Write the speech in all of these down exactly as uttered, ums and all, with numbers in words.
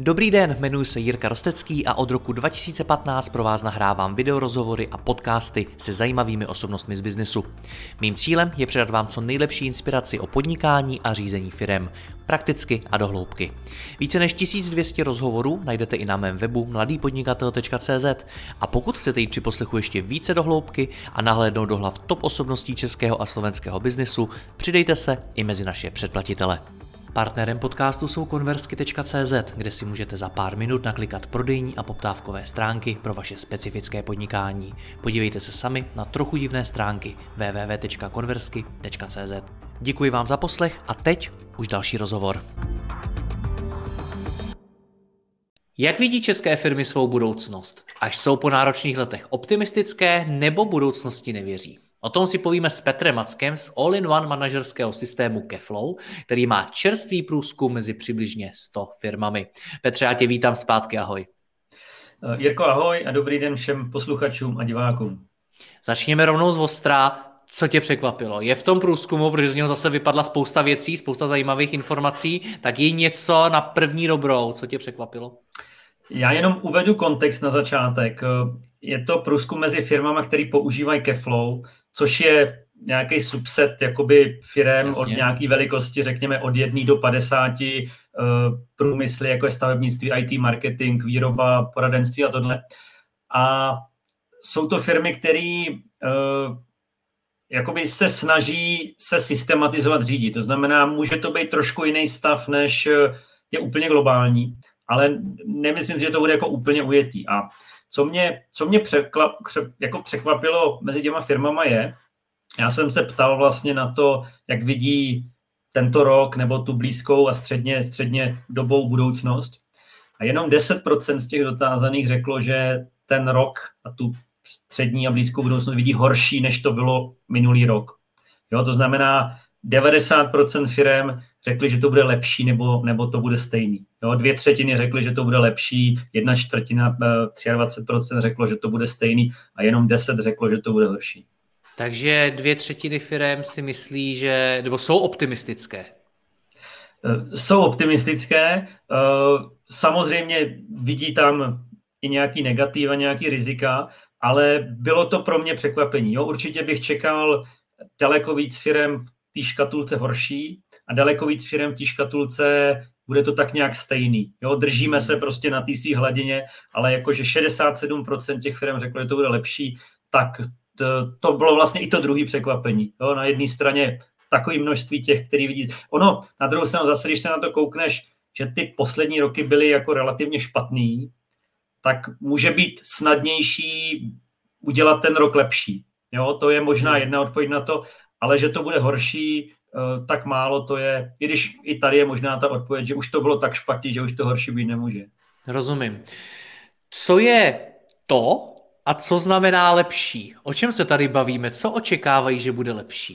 Dobrý den, jmenuji se Jirka Rostecký a od roku dva tisíce patnáct pro vás nahrávám videorozhovory a podcasty se zajímavými osobnostmi z biznesu. Mým cílem je předat vám co nejlepší inspiraci o podnikání a řízení firem, prakticky a do hloubky. Více než tisíc dvě stě rozhovorů najdete i na mém webu mladý podnikatel tečka cé zet a pokud chcete jít při poslechu ještě více do hloubky a nahlédnout do hlav top osobností českého a slovenského biznesu, přidejte se i mezi naše předplatitele. Partnerem podcastu jsou konversky tečka cé zet, kde si můžete za pár minut naklikat prodejní a poptávkové stránky pro vaše specifické podnikání. Podívejte se sami na trochu divné stránky w w w tečka konversky tečka cé zet. Děkuji vám za poslech a teď už další rozhovor. Jak vidí české firmy svou budoucnost? Až jsou po náročných letech optimistické nebo budoucnosti nevěří? O tom si povíme s Petrem Mackem z all-in-one manažerského systému Keflow, který má čerstvý průzkum mezi přibližně sto firmami. Petře, já tě vítám zpátky, ahoj. Jirko, ahoj a dobrý den všem posluchačům a divákům. Začněme rovnou z ostra. Co tě překvapilo? Je v tom průzkumu, protože z něho zase vypadla spousta věcí, spousta zajímavých informací, tak je něco na první dobrou, co tě překvapilo? Já jenom uvedu kontext na začátek. Je to průzkum mezi firmami, které používají Keflow, což je nějaký subset jakoby firem Jasně. od nějaké velikosti, řekněme od jedné do padesáti, průmysly, jako je stavebnictví, í té, marketing, výroba, poradenství a tohle. A jsou to firmy, které jakoby se snaží se systematizovat, řídit. To znamená, může to být trošku jiný stav, než je úplně globální, ale nemyslím si, že to bude jako úplně ujetý. A co mě, co mě překla, jako překvapilo mezi těma firmama je, já jsem se ptal vlastně na to, jak vidí tento rok nebo tu blízkou a středně, středně dobou budoucnost. A jenom deset procent z těch dotázaných řeklo, že ten rok a tu střední a blízkou budoucnost vidí horší, než to bylo minulý rok. Jo, to znamená, devadesát procent firem řekli, že to bude lepší nebo, nebo to bude stejný. Jo, dvě třetiny řekly, že to bude lepší, jedna čtvrtina, dvacet tři procent řeklo, že to bude stejný a jenom deset řeklo, že to bude horší. Takže dvě třetiny firem si myslí, že, nebo jsou optimistické? Jsou optimistické. Samozřejmě vidí tam i nějaký negativa, nějaký rizika, ale bylo to pro mě překvapení. Jo, určitě bych čekal daleko víc firem v té škatulce horší a daleko víc firem v té škatulce bude to tak nějak stejný. Jo, držíme se prostě na té svý hladině, ale jakože šedesát sedm procent těch firem řeklo, že to bude lepší, tak to, to bylo vlastně i to druhé překvapení. Jo, na jedné straně takové množství těch, který vidí. Ono, na druhou stranu zase, když se na to koukneš, že ty poslední roky byly jako relativně špatný, tak může být snadnější udělat ten rok lepší. Jo, to je možná jedna odpověď na to, ale že to bude horší, tak málo to je, i když i tady je možná ta odpověď, že už to bylo tak špatně, že už to horší být nemůže. Rozumím. Co je to a co znamená lepší? O čem se tady bavíme? Co očekávají, že bude lepší?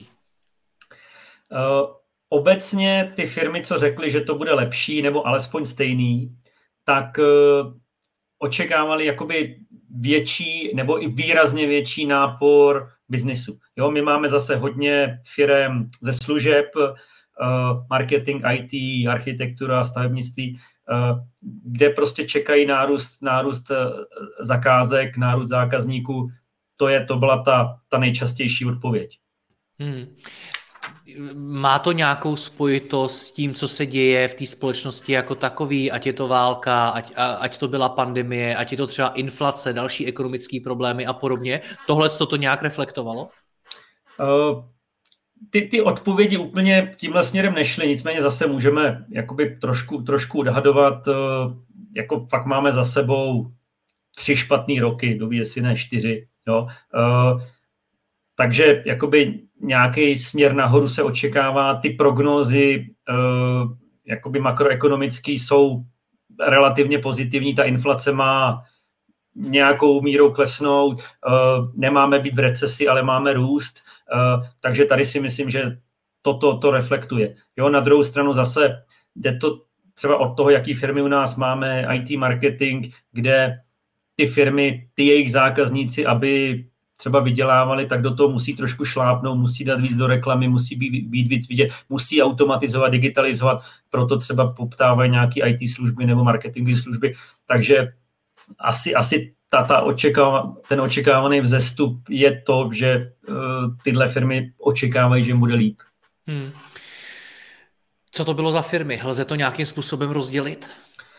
Uh, obecně ty firmy, co řekly, že to bude lepší nebo alespoň stejný, tak uh, očekávali jakoby větší nebo i výrazně větší nápor biznisu. Jo, my máme zase hodně firem ze služeb, uh, marketing, í té, architektura, stavebnictví, uh, kde prostě čekají nárůst, nárůst uh, zakázek, nárůst zákazníků. To je, to byla ta, ta nejčastější odpověď. Hmm. Má to nějakou spojitost s tím, co se děje v té společnosti jako takový, ať je to válka, ať, ať to byla pandemie, ať je to třeba inflace, další ekonomické problémy a podobně? Tohle to nějak reflektovalo? Uh, ty, ty odpovědi úplně tímhle směrem nešly, nicméně zase můžeme jakoby trošku, trošku odhadovat, uh, jako fakt máme za sebou tři špatný roky, doví jestli ne čtyři, jo. Uh, takže jakoby nějaký směr nahoru se očekává, ty prognózy uh, jakoby makroekonomické jsou relativně pozitivní, ta inflace má nějakou mírou klesnout, uh, nemáme být v recesi, ale máme růst, uh, takže tady si myslím, že toto to reflektuje. Jo, na druhou stranu zase jde to třeba od toho, jaký firmy u nás máme, í té marketing, kde ty firmy, ty jejich zákazníci, aby třeba vydělávali, tak do toho musí trošku šlápnout, musí dát víc do reklamy, musí být, být víc vidět, musí automatizovat, digitalizovat, proto třeba poptávají nějaké í té služby nebo marketingové služby. Takže asi, asi ta, ta očekáva, ten očekávaný vzestup je to, že uh, tyhle firmy očekávají, že jim bude líp. Hmm. Co to bylo za firmy? Lze to nějakým způsobem rozdělit?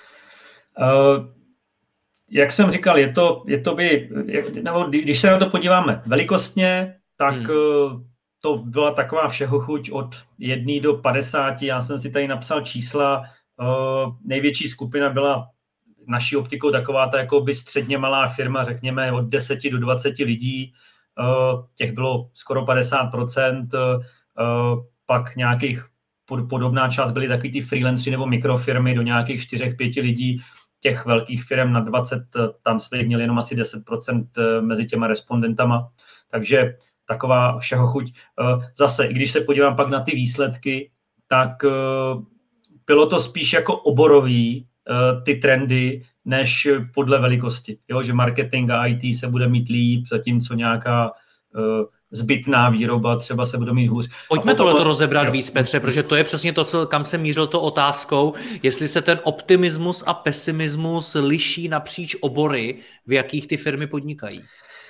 Uh, jak jsem říkal, je to, je to by, nebo když se na to podíváme velikostně, tak hmm. uh, to byla taková všehochuť od jedné do padesáti. Já jsem si tady napsal čísla. Uh, největší skupina byla naší optikou taková ta jako by středně malá firma, řekněme od deseti do dvaceti lidí. Uh, těch bylo skoro padesát procent. Uh, pak nějakých podobná část byly takový ty freelancři nebo mikrofirmy do nějakých čtyřech, pěti lidí. Těch velkých firm na dvacet, tam jsme měli jenom asi deset procent mezi těma respondentama. Takže taková všeho chuť. Zase, i když se podívám pak na ty výsledky, tak bylo to spíš jako oborový ty trendy, než podle velikosti. Jo, že marketing a í té se bude mít líp, zatímco nějaká zbytná výroba třeba se bude mít hůř. Pojďme potom tohleto rozebrat víc, Petře, protože to je přesně to, co, kam jsem mířil to otázkou, jestli se ten optimismus a pesimismus liší napříč obory, v jakých ty firmy podnikají.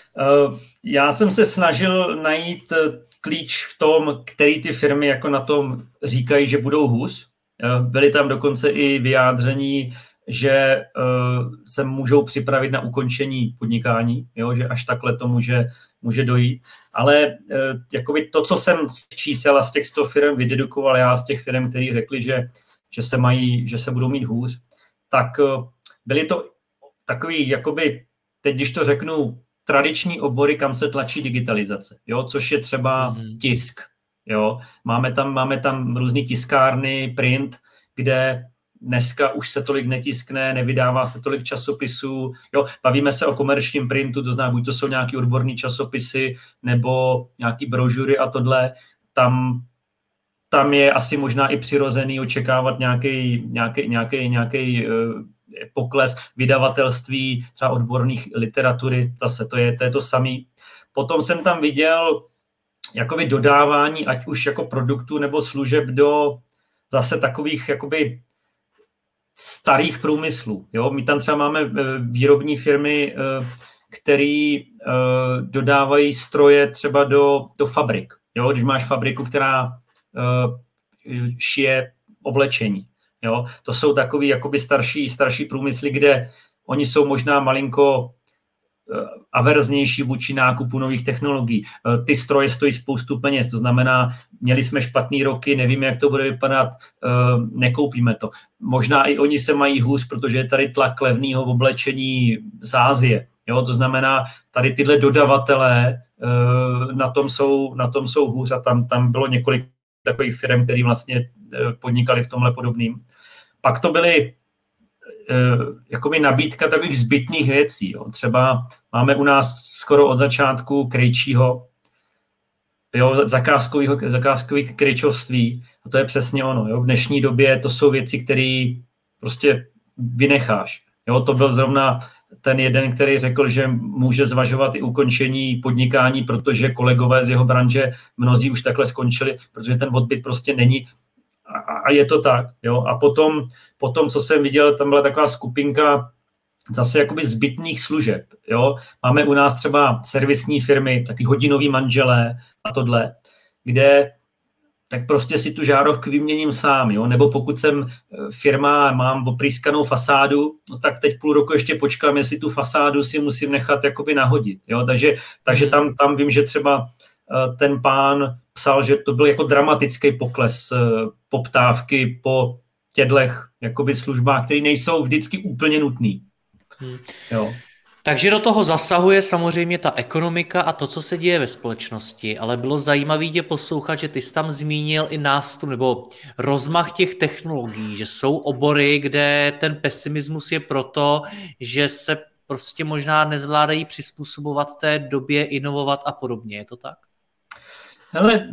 Já jsem se snažil najít klíč v tom, který ty firmy jako na tom říkají, že budou hůř. Byly tam dokonce i vyjádření, že se můžou připravit na ukončení podnikání, jo, že až takhle to může, může dojít. Ale jakoby to, co jsem z čísel a z těch sto firm vydedukoval já z těch firm, který řekli, že, že, se mají, že se budou mít hůř, tak byly to takový, jakoby, teď když to řeknu, tradiční obory, kam se tlačí digitalizace, jo, což je třeba mm-hmm. tisk. Jo. Máme tam, máme tam různý tiskárny, print, kde dneska už se tolik netiskne, nevydává se tolik časopisů. Jo, bavíme se o komerčním printu, to znamená, buď to jsou nějaký odborný časopisy, nebo nějaký brožury a tohle. Tam, tam je asi možná i přirozený očekávat nějaký, nějaký, nějaký, nějaký uh, pokles vydavatelství, třeba odborných literatury, zase to je to, je to samý. Potom jsem tam viděl jakoby dodávání, ať už jako produktů nebo služeb do zase takových jakoby starých průmyslů. Jo? My tam třeba máme výrobní firmy, které dodávají stroje třeba do, do fabrik. Jo? Když máš fabriku, která šije oblečení. Jo? To jsou takový jakoby starší, starší průmysly, kde oni jsou možná malinko averznější vůči nákupu nových technologií. Ty stroje stojí spoustu peněz, to znamená, měli jsme špatný roky, nevíme, jak to bude vypadat, nekoupíme to. Možná i oni se mají hůř, protože je tady tlak levného oblečení z Asie. Jo, to znamená, tady tyhle dodavatelé na tom jsou, na tom jsou hůř a tam, tam bylo několik takových firm, které vlastně podnikali v tomhle podobným. Pak to byly jakoby nabídka takových zbytných věcí. Jo. Třeba máme u nás skoro od začátku krejčího, jo, zakázkových, zakázkových krejčovství. A to je přesně ono. Jo. V dnešní době to jsou věci, které prostě vynecháš. Jo. To byl zrovna ten jeden, který řekl, že může zvažovat i ukončení podnikání, protože kolegové z jeho branže mnozí už takhle skončili, protože ten odbyt prostě není. A je to tak. Jo. A potom, potom, co jsem viděl, tam byla taková skupinka zase jakoby zbytných služeb. Jo. Máme u nás třeba servisní firmy, taky hodinový manželé a tohle, kde tak prostě si tu žárovku vyměním sám. Jo. Nebo pokud jsem firma, mám oprýskanou fasádu, no tak teď půl roku ještě počkám, jestli tu fasádu si musím nechat jakoby nahodit. Jo. Takže, takže tam, tam vím, že třeba ten pán psal, že to byl jako dramatický pokles poptávky po tědlech jakoby službách, které nejsou vždycky úplně nutný. Hmm. Jo. Takže do toho zasahuje samozřejmě ta ekonomika a to, co se děje ve společnosti, ale bylo zajímavé tě poslouchat, že ty jsi tam zmínil i nástup nebo rozmach těch technologií, že jsou obory, kde ten pesimismus je proto, že se prostě možná nezvládají přizpůsobovat té době, inovovat a podobně. Je to tak? Hele,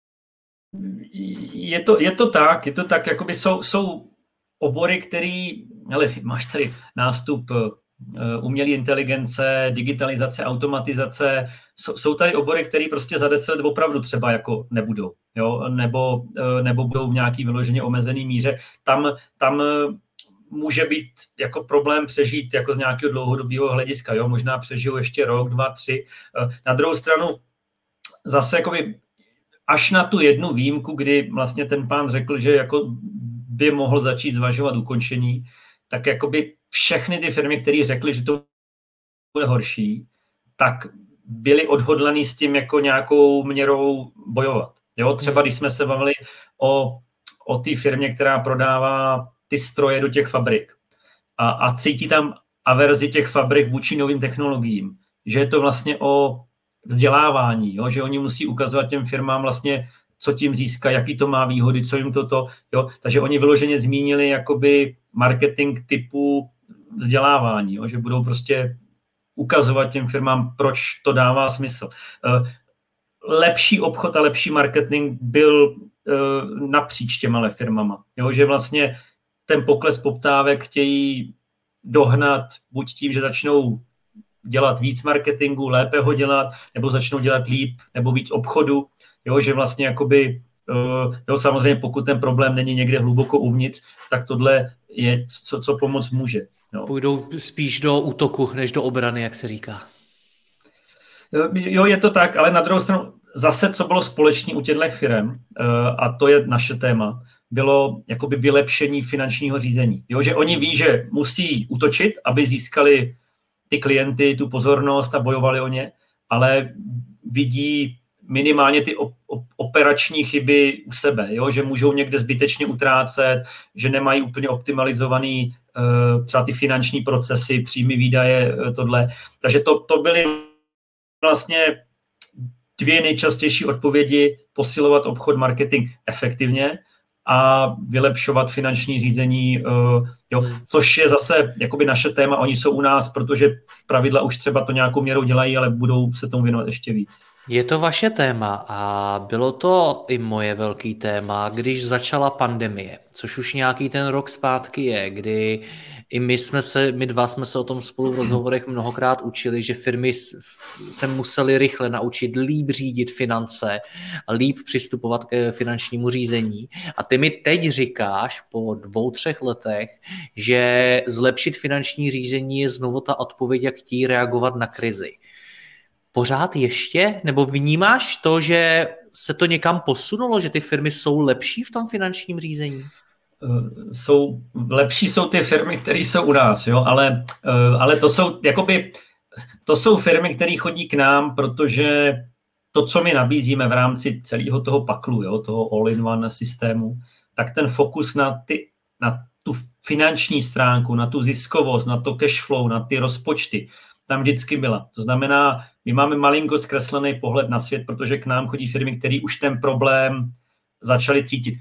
je to, je to tak, je to tak, jakoby jsou, jsou obory, který, hele, máš tady nástup umělé inteligence, digitalizace, automatizace. Jsou tady obory, které prostě za deset let opravdu třeba jako nebudou, jo? Nebo, nebo budou v nějaký vyloženě omezený míře. Tam, tam může být jako problém přežít jako z nějakého dlouhodobého hlediska. Jo? Možná přežijou ještě rok, dva, tři. Na druhou stranu zase jakoby až na tu jednu výjimku, kdy vlastně ten pán řekl, že jako by mohl začít zvažovat ukončení, tak jakoby všechny ty firmy, které řekly, že to bude horší, tak byly odhodlaný s tím jako nějakou měrou bojovat. Jo? Třeba když jsme se bavili o, o té firmě, která prodává ty stroje do těch fabrik a, a cítí tam averzi těch fabrik vůči novým technologiím, že je to vlastně o vzdělávání, jo? Že oni musí ukazovat těm firmám vlastně, co tím získá, jaký to má výhody, co jim toto, jo? Takže oni vyloženě zmínili jakoby marketing typu vzdělávání, jo? Že budou prostě ukazovat těm firmám, proč to dává smysl. Lepší obchod a lepší marketing byl napříč těma firmama, jo? Že vlastně ten pokles poptávek chtějí dohnat buď tím, že začnou dělat víc marketingu, lépe ho dělat, nebo začnou dělat líp, nebo víc obchodu, jo, že vlastně jakoby, jo, samozřejmě pokud ten problém není někde hluboko uvnitř, tak tohle je, co, co pomoct může. Jo. Půjdou spíš do útoku, než do obrany, jak se říká. Jo, je to tak, ale na druhou stranu zase, co bylo společné u těchto firem, a to je naše téma, bylo jakoby vylepšení finančního řízení. Jo, že oni ví, že musí útočit, aby získali ty klienty, tu pozornost a bojovali o ně, ale vidí minimálně ty operační chyby u sebe, jo? Že můžou někde zbytečně utrácet, že nemají úplně optimalizovaný uh, třeba ty finanční procesy, příjmy, výdaje, uh, tohle. Takže to, to byly vlastně dvě nejčastější odpovědi: posilovat obchod, marketing efektivně a vylepšovat finanční řízení, uh, jo, což je zase jakoby naše téma. Oni jsou u nás, protože pravidla už třeba to nějakou měrou dělají, ale budou se tomu věnovat ještě víc. Je to vaše téma a bylo to i moje velký téma, když začala pandemie, což už nějaký ten rok zpátky je, kdy i my jsme se, my dva jsme se o tom spolu v rozhovorech mnohokrát učili, že firmy se musely rychle naučit líp řídit finance a líp přistupovat k finančnímu řízení. A ty mi teď říkáš po dvou, třech letech, že zlepšit finanční řízení je znovu ta odpověď, jak chtí reagovat na krizi. Pořád ještě? Nebo vnímáš to, že se to někam posunulo, že ty firmy jsou lepší v tom finančním řízení? Jsou, lepší jsou ty firmy, které jsou u nás, jo? Ale, ale to jsou jakoby, to jsou firmy, které chodí k nám, protože to, co my nabízíme v rámci celého toho paklu, jo? Toho all-in-one systému, tak ten fokus na, ty, na tu finanční stránku, na tu ziskovost, na to cash flow, na ty rozpočty, tam vždycky byla. To znamená, my máme malinko zkreslený pohled na svět, protože k nám chodí firmy, které už ten problém začaly cítit.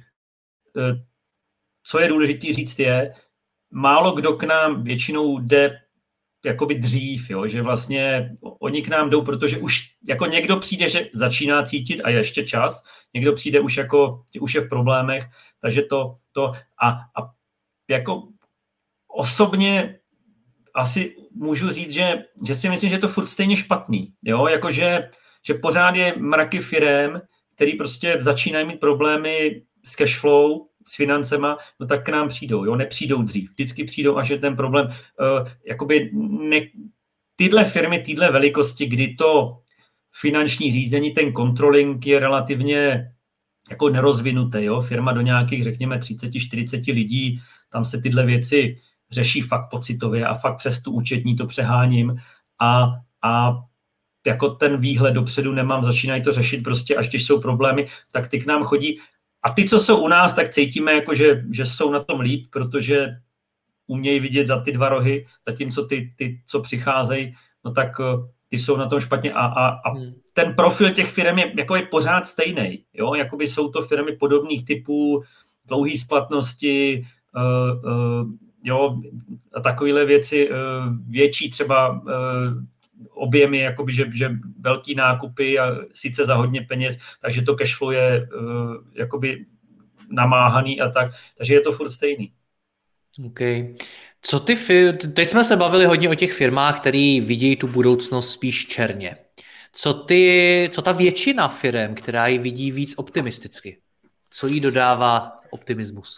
Co je důležité říct je, málo kdo k nám většinou jde jakoby dřív, jo? Že vlastně oni k nám jdou, protože už jako někdo přijde, že začíná cítit a je ještě čas, někdo přijde už jako, už je v problémech, takže to, to a, a jako osobně asi můžu říct, že, že si myslím, že je to furt stejně špatný, jo, jakože, že pořád je mraky firem, který prostě začínají mít problémy s cash flow, s financema, no tak k nám přijdou, jo, nepřijdou dřív, vždycky přijdou, až je ten problém, uh, jakoby ne, tyhle firmy, tyhle velikosti, kdy to finanční řízení, ten controlling je relativně jako nerozvinuté, jo, firma do nějakých, řekněme, třicet čtyřicet lidí, tam se tyhle věci řeší fakt pocitově a fakt přes tu účetní to přeháním a, a jako ten výhled dopředu nemám, začínají to řešit prostě, až když jsou problémy, tak ty k nám chodí. A ty, co jsou u nás, tak cítíme, jako že, že jsou na tom líp, protože umějí vidět za ty dva rohy, zatímco ty, ty co přicházejí, no tak ty jsou na tom špatně. A, a, a ten profil těch firm je, jako je pořád stejný. Jo? Jakoby jsou to firmy podobných typů, dlouhé splatnosti, uh, uh, jo, a takovéhle věci, větší třeba objemy, jakoby, že, že velký nákupy a sice za hodně peněz, takže to cashflow je jakoby namáhaný a tak, takže je to furt stejný. OK. Co ty, fi- teď jsme se bavili hodně o těch firmách, které vidí tu budoucnost spíš černě. Co ty, co ta většina firem, která ji vidí víc optimisticky? Co jí dodává optimismus?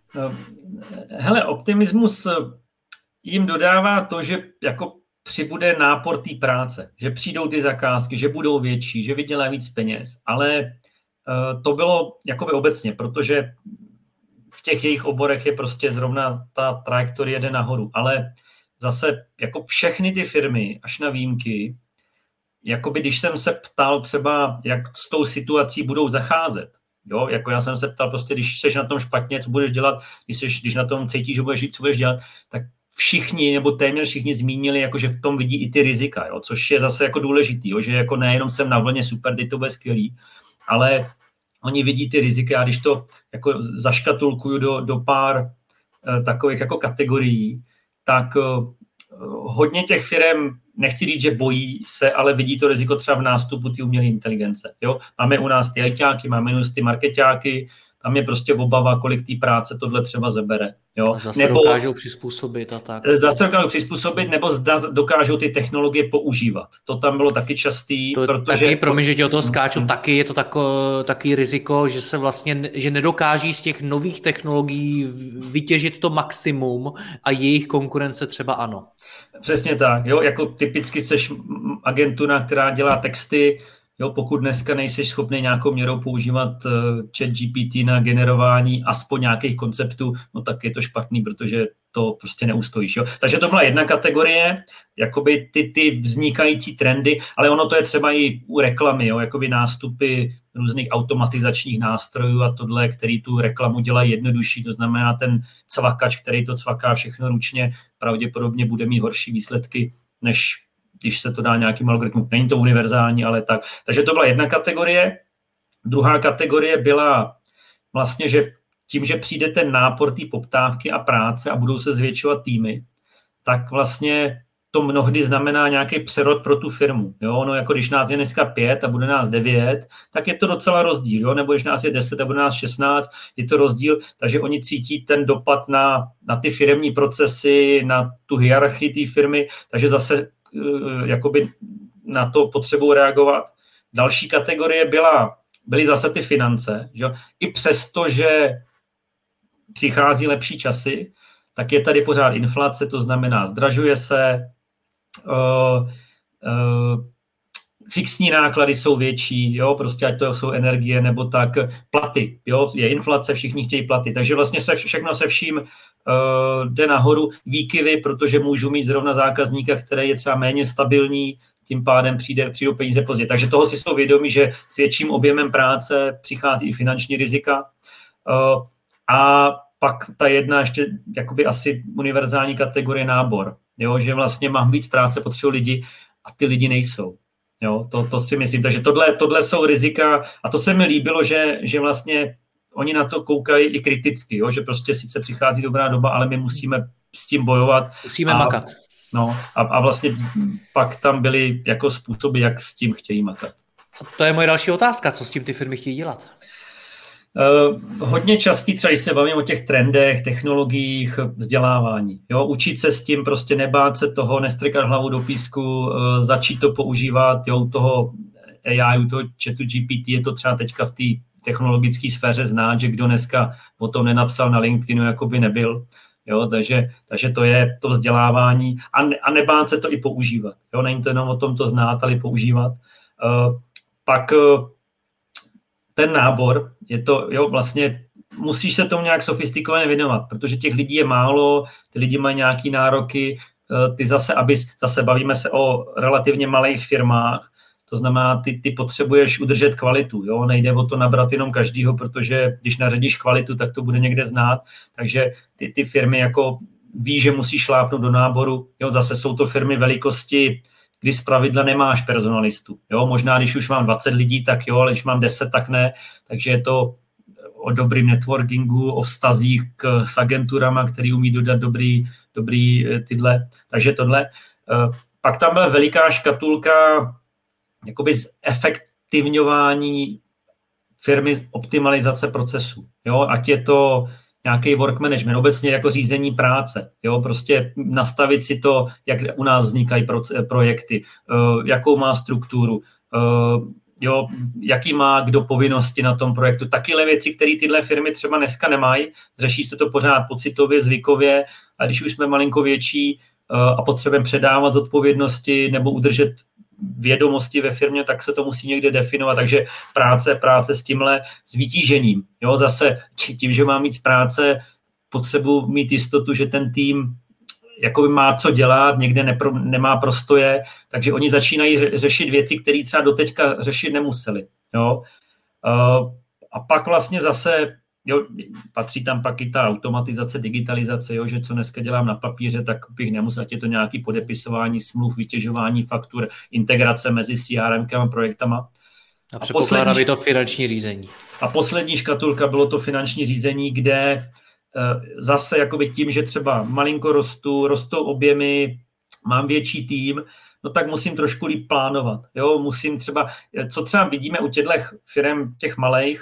Hele, optimismus jim dodává to, že jako přibude nápor té práce, že přijdou ty zakázky, že budou větší, že vydělají víc peněz, ale to bylo jakoby obecně, protože v těch jejich oborech je prostě zrovna ta trajektorie jede nahoru, ale zase jako všechny ty firmy, až na výjimky, jakoby když jsem se ptal třeba, jak s tou situací budou zacházet, jo, jako já jsem se ptal prostě, když jsi na tom špatně, co budeš dělat, když, jsi, když na tom cítíš, že budeš žít, co budeš dělat, tak všichni, nebo téměř všichni zmínili, jako, že v tom vidí i ty rizika, jo, což je zase jako důležitý, jo, že jako nejenom jsem na vlně super, teď to bude skvělý, ale oni vidí ty rizika a když to jako zaškatulkuju do, do pár uh, takových jako kategorií, tak uh, hodně těch firm, nechci říct, že bojí se, ale vidí to riziko třeba v nástupu ty umělé inteligence. Jo? Máme u nás ty ajťáky, máme u nás ty markeťáky, tam je prostě obava, kolik té práce tohle třeba zabere. Jo? A zase nebo, dokážou přizpůsobit a tak. Zase dokážou přizpůsobit, nebo zda dokážou ty technologie používat. To tam bylo taky častý. To protože... taky, promiň, že tě o toho skáču, hmm. taky je to tako, taky riziko, že se vlastně, že nedokáží z těch nových technologií vytěžit to maximum a jejich konkurence třeba ano. Přesně tak, jo, jako typicky seš agentura, která dělá texty, jo, pokud dneska nejseš schopný nějakou měrou používat uh, chat G P T na generování aspoň nějakých konceptů, no tak je to špatný, protože to prostě neustojíš. Jo. Takže to byla jedna kategorie, jakoby ty, ty vznikající trendy, ale ono to je třeba i u reklamy, jo, jakoby nástupy různých automatizačních nástrojů a tohle, který tu reklamu dělají jednodušší, to znamená ten cvakač, který to cvaká všechno ručně, pravděpodobně bude mít horší výsledky, než když se to dá nějakým algoritmům. Není to univerzální, ale tak. Takže to byla jedna kategorie. Druhá kategorie byla vlastně, že tím, že přijde ten nápor té poptávky a práce a budou se zvětšovat týmy, tak vlastně to mnohdy znamená nějaký přerod pro tu firmu. Jo? Ono jako když nás je dneska pět a bude nás devět, tak je to docela rozdíl. Jo? Nebo když nás je deset a bude nás šestnáct, je to rozdíl, takže oni cítí ten dopad na, na ty firemní procesy, na tu hierarchii té firmy, takže zase jakoby na to potřebují reagovat. Další kategorie byla, byly zase ty finance. Že? I přesto, že přichází lepší časy, tak je tady pořád inflace, to znamená zdražuje se, uh, uh, fixní náklady jsou větší, jo, prostě ať to jsou energie nebo tak platy, jo, je inflace, všichni chtějí platy, takže vlastně se všechno se vším uh, jde nahoru, výkyvy, protože můžu mít zrovna zákazníka, který je třeba méně stabilní, tím pádem přijde, přijdou peníze pozdě. Takže toho si jsou vědomí, že s větším objemem práce přichází i finanční rizika. Uh, a pak ta jedna ještě jakoby asi univerzální kategorie nábor, jo, že vlastně mám víc práce, potřebuji lidi a ty lidi nejsou. Jo, to, to si myslím. Takže tohle, tohle jsou rizika a to se mi líbilo, že, že vlastně oni na to koukají i kriticky, jo, že prostě sice přichází dobrá doba, ale my musíme s tím bojovat. Musíme a, makat. No, a, a vlastně pak tam byly jako způsoby, jak s tím chtějí makat. A to je moje další otázka, co s tím ty firmy chtějí dělat? Uh, hodně častý, třeba když se bavím o těch trendech, technologiích, vzdělávání. Jo? Učit se s tím, prostě nebát se toho, nestrkat hlavu do písku, uh, začít to používat, jo, u toho A I, u toho chatu G P T je to třeba teďka v té technologické sféře znát, že kdo dneska o tom nenapsal na LinkedInu, jako by nebyl. Jo? Takže, takže to je to vzdělávání a, ne, a nebát se to i používat. Jo? Není to jenom o tom to znát, ale používat. Uh, pak uh, ten nábor, je to, jo, vlastně musíš se tomu nějak sofistikovaně věnovat, protože těch lidí je málo, ty lidi mají nějaký nároky, ty zase, aby, zase bavíme se o relativně malých firmách, to znamená, ty, ty potřebuješ udržet kvalitu, jo, nejde o to nabrat jenom každýho, protože když naředíš kvalitu, tak to bude někde znát, takže ty, ty firmy jako ví, že musí šlápnout do náboru, jo, zase jsou to firmy velikosti, kdy zpravidla nemáš personalistu. Jo? Možná, když už mám dvacet lidí, tak jo, ale když mám deset, tak ne. Takže je to o dobrým networkingu, o vztazích k, s agenturama, který umí dodat dobrý, dobrý tyhle. Takže tohle. Pak tam byla veliká škatulka jakoby zefektivňování firmy, optimalizace procesu. Jo? Ať je to nějaký work management, obecně jako řízení práce, jo, prostě nastavit si to, jak u nás vznikají pro, projekty, uh, jakou má strukturu, uh, jo, jaký má kdo povinnosti na tom projektu. Takové věci, které tyhle firmy třeba dneska nemají, řeší se to pořád pocitově, zvykově, a když už jsme malinko větší uh, a potřebujeme předávat zodpovědnosti nebo udržet vědomosti ve firmě, tak se to musí někde definovat, takže práce, práce s tímhle, s vytížením. Jo, zase tím, že mám víc práce, potřebuji mít jistotu, že ten tým jakoby má co dělat, někde nepro, nemá prostoje, takže oni začínají ře, řešit věci, které třeba doteďka řešit nemuseli. Jo. Uh, a pak vlastně zase jo, patří tam pak i ta automatizace, digitalizace, jo, že co dneska dělám na papíře, tak bych nemusel, je to nějaké podepisování smluv, vytěžování faktur, integrace mezi C R M a projektama. A předpokládám poslední, to finanční řízení. A poslední škatulka bylo to finanční řízení, kde zase jakoby tím, že třeba malinko rostu, rostou objemy, mám větší tým, no tak musím trošku líp plánovat. Jo, musím třeba, co třeba vidíme u těchto firm, těch malých,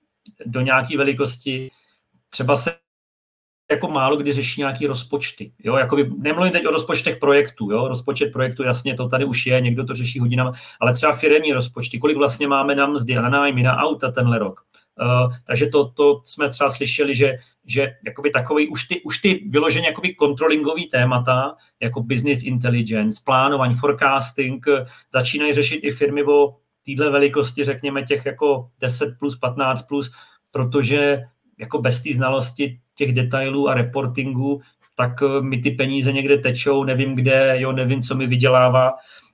do nějaké velikosti, třeba se jako málo kdy řeší nějaký rozpočty. Jo? Jakoby, nemluvím teď o rozpočtech projektů. Jo? Rozpočet projektu, jasně, to tady už je, někdo to řeší hodinama, ale třeba firemní rozpočty, kolik vlastně máme na mzdy, na nájmy, na auta tenhle rok. Uh, takže to, to jsme třeba slyšeli, že, že jakoby takový, už ty, už ty vyloženě jakoby controllingový témata, jako business intelligence, plánování, forecasting, začínají řešit i firmy o téhle velikosti, řekněme těch jako deset plus, patnáct plus, protože jako bez té znalosti těch detailů a reportingu, tak mi ty peníze někde tečou, nevím kde, jo, nevím, co mi vydělává.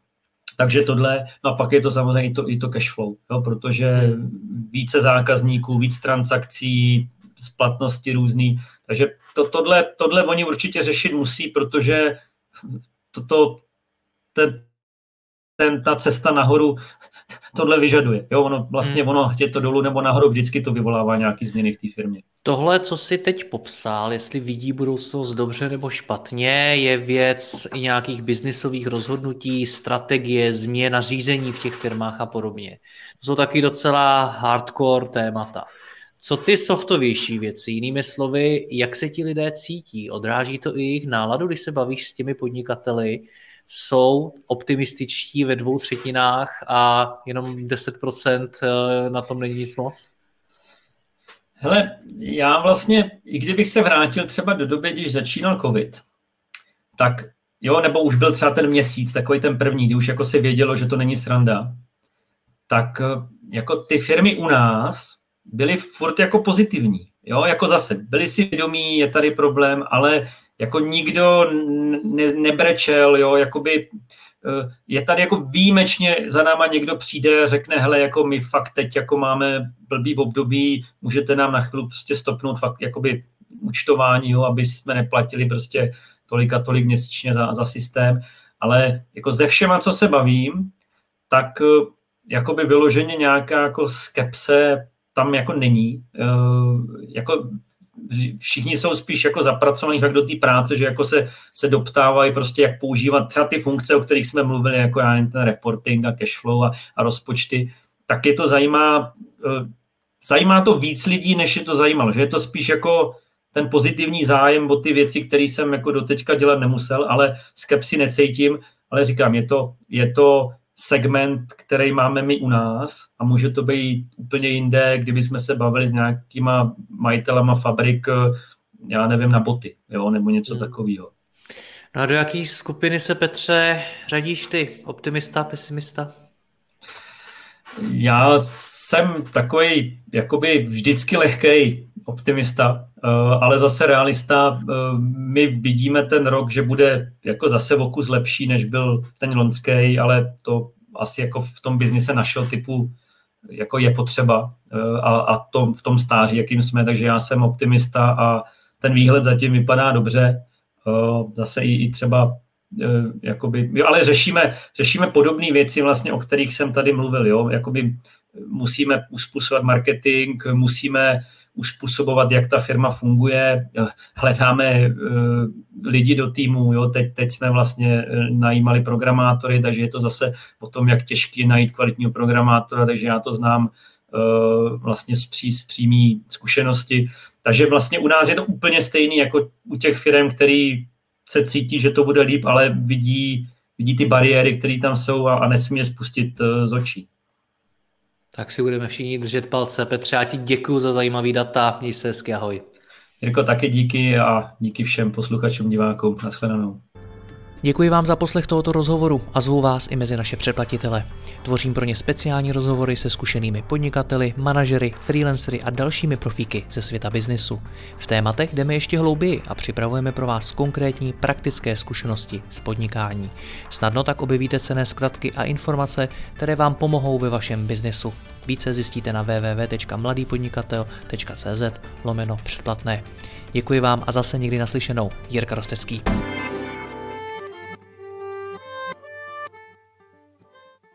Takže tohle, no a pak je to samozřejmě i to, i to cash flow, jo, protože více zákazníků, víc transakcí, splatnosti různý. Takže to, tohle, tohle oni určitě řešit musí, protože toto, ten, ten, ta cesta nahoru tohle vyžaduje. Jo, ono vlastně ono chtět to dolů nebo nahoru, vždycky to vyvolává nějaký změny v té firmě. Tohle, co jsi teď popsal, jestli vidí budoucnost dobře nebo špatně, je věc i nějakých biznisových rozhodnutí, strategie, změna řízení v těch firmách a podobně. To jsou taky docela hardcore témata. Co ty softovější věci, jinými slovy, jak se ti lidé cítí? Odráží to i jejich náladu, když se bavíš s těmi podnikateli? Jsou optimističtí ve dvou třetinách a jenom deset procent na tom není nic moc? Hele, já vlastně, i kdybych se vrátil třeba do doby, když začínal covid, tak jo, nebo už byl třeba ten měsíc, takový ten první, kdy už jako se vědělo, že to není sranda, tak jako ty firmy u nás byly furt jako pozitivní, jo, jako zase, byli si vědomí, je tady problém, ale jako nikdo ne, nebrečel, jo, jakoby je tady jako výjimečně za náma někdo přijde, řekne, hele, jako my fakt teď jako máme blbý období, můžete nám na chvíli prostě stopnout fakt jakoby účtování, jo, aby jsme neplatili prostě tolik a tolik měsíčně za, za systém, ale jako ze všema, co se bavím, tak jakoby vyloženě nějaká jako skepse tam jako není, jako všichni jsou spíš jako zapracovaní fakt do té práce, že jako se, se doptávají prostě, jak používat třeba ty funkce, o kterých jsme mluvili, jako já nevím, ten reporting a cashflow a, a rozpočty, tak je to zajímá, zajímá to víc lidí, než je to zajímalo, že je to spíš jako ten pozitivní zájem o ty věci, které jsem jako doteďka dělat nemusel, ale skepsi necítím, ale říkám, je to, je to segment, který máme my u nás a může to být úplně jinde, kdyby jsme se bavili s nějakýma majitelama fabrik, já nevím, na boty, jo, nebo něco hmm. takového. No a do jaký skupiny se, Petře, řadíš ty? Optimista, pesimista? Já jsem takový jakoby vždycky lehkej optimista, ale zase realista. My vidíme ten rok, že bude jako zase o kus lepší, než byl ten loňský, ale to asi jako v tom biznise našeho typu jako je potřeba a, a to, v tom stáří, jakým jsme, takže já jsem optimista a ten výhled zatím vypadá dobře. Zase i, i třeba jakoby, jo, ale řešíme, řešíme podobné věci vlastně, o kterých jsem tady mluvil, jo, jakoby musíme uspůsobovat marketing, musíme uspůsobovat, jak ta firma funguje, hledáme uh, lidi do týmu, jo, teď, teď jsme vlastně najímali programátory, takže je to zase o tom, jak těžké je najít kvalitního programátora, takže já to znám uh, vlastně z, pří, z přímý zkušenosti, Takže vlastně u nás je to úplně stejný jako u těch firm, který se cítí, že to bude líp, ale vidí, vidí ty bariéry, které tam jsou a, a nesmí je spustit z očí. Tak si budeme všichni držet palce. Petře, já ti děkuju za zajímavý data. Měj se hezky, ahoj. Jirko, taky díky a díky všem posluchačům, divákům. Naschledanou. Děkuji vám za poslech tohoto rozhovoru a zvu vás i mezi naše předplatitele. Tvořím pro ně speciální rozhovory se zkušenými podnikateli, manažery, freelancery a dalšími profíky ze světa biznesu. V tématech jdeme ještě hlouběji a připravujeme pro vás konkrétní praktické zkušenosti z podnikání. Snadno tak objevíte cenné zkratky a informace, které vám pomohou ve vašem biznesu. Více zjistíte na w w w tečka mladýpodnikatel tečka c z lomeno předplatné. Děkuji vám a zase někdy naslyšenou. Jirka Rostecký.